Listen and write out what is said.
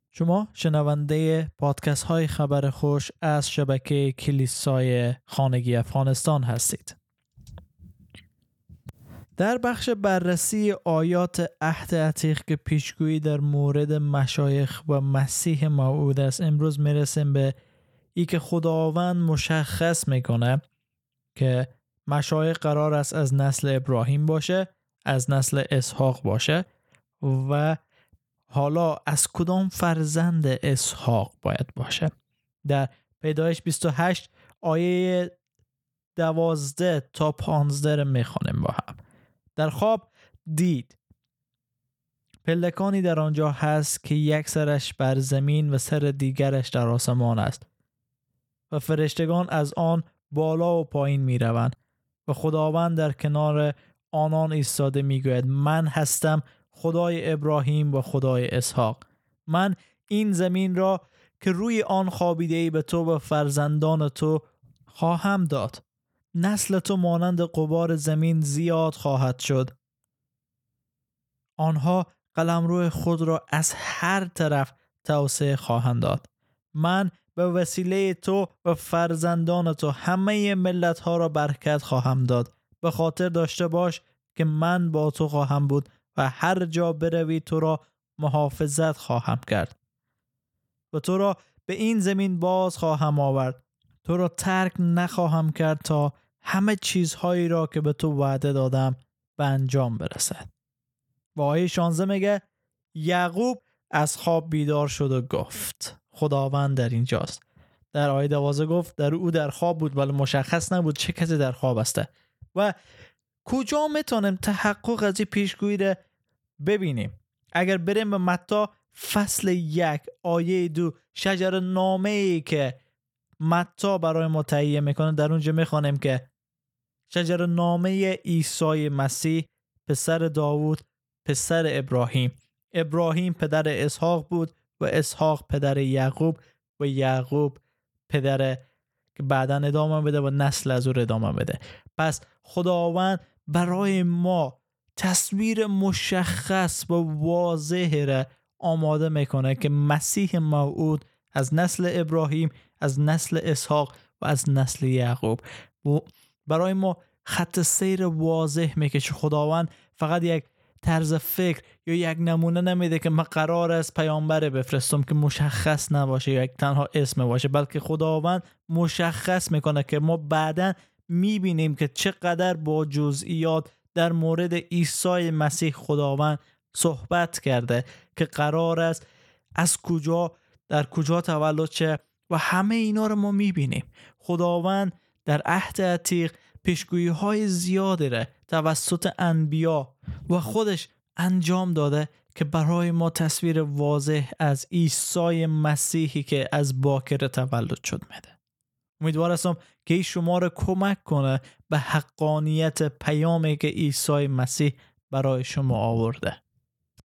شما شنونده پادکست های خبر خوش از شبکه کلیسای خانگی افغانستان هستید. در بخش بررسی آیات عهد عتیق که پیشگویی در مورد مشایخ و مسیح موعود است، امروز میرسیم به ای که خداوند مشخص میکنه که مشایخ قرار است از نسل ابراهیم باشه، از نسل اسحاق باشه و حالا از کدام فرزند اسحاق باید باشه. در پیدایش 28 آیه 12 تا 15 رو میخوانیم با هم. در خواب دید پلکانی در آنجا هست که یک سرش بر زمین و سر دیگرش در آسمان است و فرشتگان از آن بالا و پایین می روند و خداوند در کنار آنان ایستاده می گوید من هستم خدای ابراهیم و خدای اسحاق. من این زمین را که روی آن خوابیده‌ای به تو و فرزندان تو خواهم داد. نسل تو مانند غبار زمین زیاد خواهد شد. آنها قلمرو خود را از هر طرف توسعه خواهند داد. من به وسیله تو و فرزندان تو همه ملت ها را برکت خواهم داد. به خاطر داشته باش که من با تو خواهم بود و هر جا بروی تو را محافظت خواهم کرد و تو را به این زمین باز خواهم آورد. تو را ترک نخواهم کرد تا همه چیزهایی را که به تو وعده دادم به انجام برسد. و آیه 16 میگه یعقوب از خواب بیدار شد و گفت. خداوند در اینجاست. در آیه 12 گفت در او در خواب بود ولی مشخص نبود چه کسی در خواب است. و کجا میتونیم تحقق از این پیشگویی را ببینیم؟ اگر بریم به متی فصل 1 آیه 2 شجر نامه‌ای که متی برای ما تهیه میکنه، در اونجا میخوانیم که شجر نامه عیسی مسیح پسر داوود پسر ابراهیم. ابراهیم پدر اسحاق بود و اسحاق پدر یعقوب و یعقوب پدر که بعداً ادامه بده و نسل از او ادامه بده. پس خداوند برای ما تصویر مشخص و واضح را آماده میکنه که مسیح موعود از نسل ابراهیم، از نسل اسحاق و از نسل یعقوب و برای ما خط سیر واضح میکشه. خداوند فقط یک طرز فکر یا یک نمونه نمیده که من قرار است پیامبر بفرستم که مشخص نباشه یا یک تنها اسم باشه، بلکه خداوند مشخص میکنه که ما بعداً میبینیم که چقدر با جزئیات در مورد عیسی مسیح خداوند صحبت کرده که قرار است از کجا در کجا تولد شه و همه اینا رو ما میبینیم. خداوند در عهد عتیق پیشگویی های زیادی را توسط انبیا و خودش انجام داده که برای ما تصویر واضح از عیسی مسیحی که از باکره تولد شد میده. امیدوار هستم که این شما را کمک کنه به حقانیت پیامی که عیسی مسیح برای شما آورده.